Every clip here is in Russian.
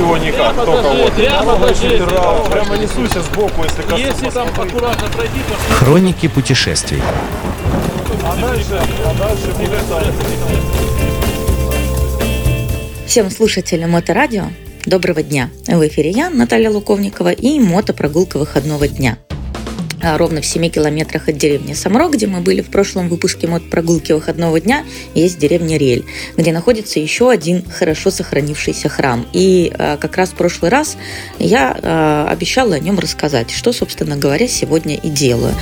его никак, только вот. Прямо несусь сбоку, если коснусь. Если там аккуратно пройти, то... Хроники путешествий. А дальше Всем слушателям Моторадио доброго дня. В эфире я, Наталья Луковникова, и мотопрогулка выходного дня. Ровно в 7 километрах от деревни Самро, где мы были в прошлом выпуске мотопрогулки выходного дня, есть деревня Рель, где находится еще один хорошо сохранившийся храм. И как раз в прошлый раз я обещала о нем рассказать, что, собственно говоря, сегодня и делаю.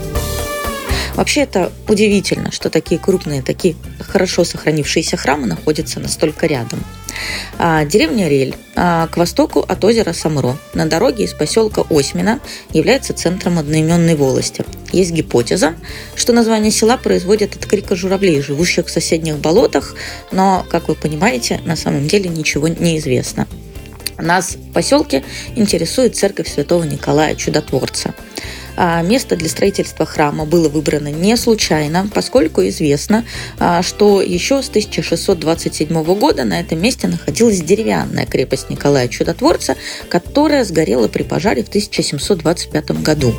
Вообще это удивительно, что такие крупные, такие хорошо сохранившиеся храмы находятся настолько рядом. Деревня Рель к востоку от озера Самро на дороге из поселка Осьмино является центром одноименной волости. Есть гипотеза, что название села производят от крика журавлей, живущих в соседних болотах, но, как вы понимаете, на самом деле ничего не известно. Нас в поселке интересует церковь святого Николая Чудотворца. Место для строительства храма было выбрано не случайно, поскольку известно, что еще с 1627 года на этом месте находилась деревянная крепость Николая Чудотворца, которая сгорела при пожаре в 1725 году.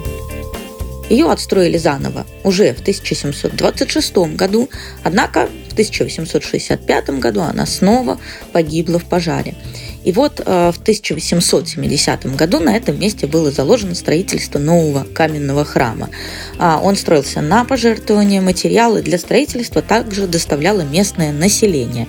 Ее отстроили заново уже в 1726 году, однако в 1865 году она снова погибла в пожаре. И вот в 1870 году на этом месте было заложено строительство нового каменного храма. Он строился на пожертвования, материалы для строительства также доставляло местное население.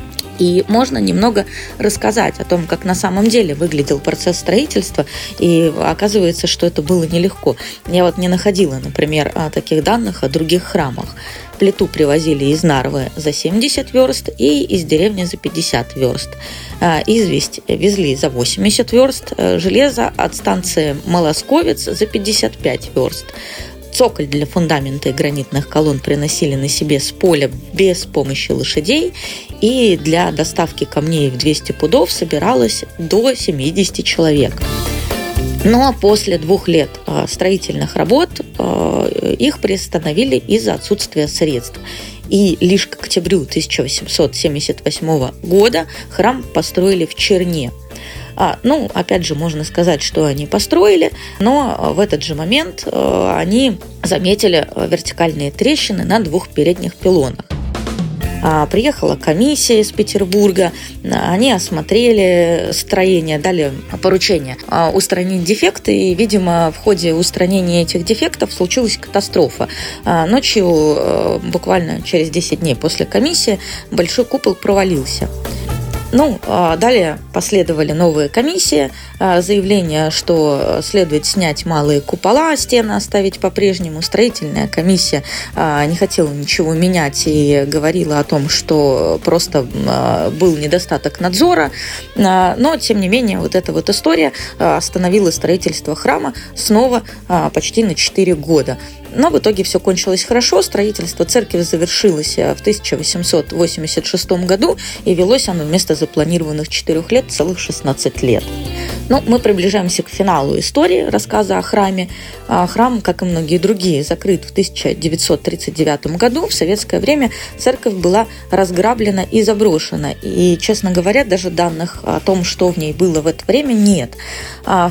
И можно немного рассказать о том, как на самом деле выглядел процесс строительства, и оказывается, что это было нелегко. Я вот не находила, например, таких данных о других храмах. Плиту привозили из Нарвы за 70 верст и из деревни за 50 верст. Известь везли за 80 верст, железо от станции Молосковец за 55 верст. Цоколь для фундамента и гранитных колонн приносили на себе с поля без помощи лошадей, и для доставки камней в 200 пудов собиралось до 70 человек. Но после 2 лет строительных работ их приостановили из-за отсутствия средств. И лишь к октябрю 1878 года храм построили в Черне. Опять же, можно сказать, что они построили, но в этот же момент они заметили вертикальные трещины на 2 передних пилонах. Приехала комиссия из Петербурга, они осмотрели строение, дали поручение устранить дефекты, и, видимо, в ходе устранения этих дефектов случилась катастрофа. Ночью, буквально через 10 дней после комиссии, большой купол провалился. Далее последовали новые комиссии, заявление, что следует снять малые купола, стены оставить по-прежнему. Строительная комиссия не хотела ничего менять и говорила о том, что просто был недостаток надзора. Но, тем не менее, вот эта вот история остановила строительство храма снова почти на 4 года. Но в итоге все кончилось хорошо. Строительство церкви завершилось в 1886 году, и велось оно вместо запланированных 4 лет целых 16 лет. Мы приближаемся к финалу истории рассказа о храме. Храм, как и многие другие, закрыт в 1939 году. В советское время церковь была разграблена и заброшена. И, честно говоря, даже данных о том, что в ней было в это время, нет. В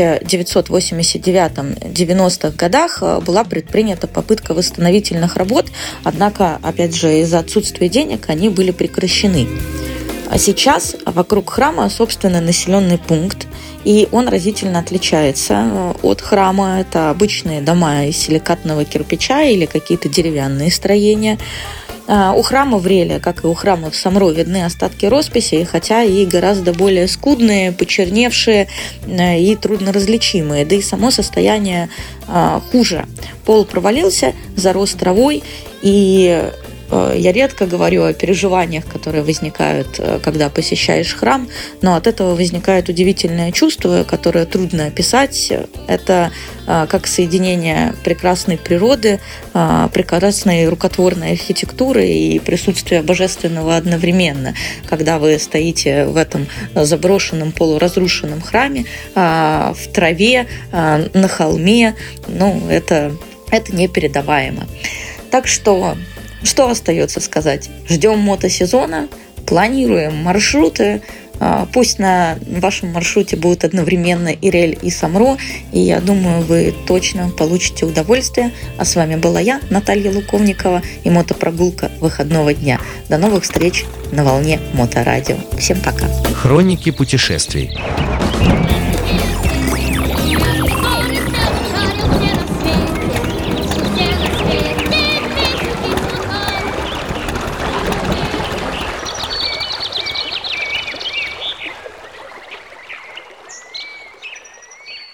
1989-90-х годах была предпринята попытка восстановительных работ, однако, опять же, из-за отсутствия денег они были прекращены. А сейчас вокруг храма собственный населенный пункт, и он разительно отличается от храма. Это обычные дома из силикатного кирпича или какие-то деревянные строения. У храма в Реле, как и у храма в Самро, видны остатки росписи, хотя и гораздо более скудные, почерневшие и трудноразличимые. Да и само состояние хуже. Пол провалился, зарос травой, и я редко говорю о переживаниях, которые возникают, когда посещаешь храм, но от этого возникает удивительное чувство, которое трудно описать. Это как соединение прекрасной природы, прекрасной рукотворной архитектуры и присутствия божественного одновременно. Когда вы стоите в этом заброшенном, полуразрушенном храме, в траве, на холме, это непередаваемо. Так что остается сказать? Ждем мотосезона, планируем маршруты, Пусть на вашем маршруте будут одновременно и Рель, и Самро, и я думаю, вы точно получите удовольствие. А с вами была я, Наталья Луковникова, и мотопрогулка выходного дня. До новых встреч на волне Моторадио. Всем пока. Хроники путешествий.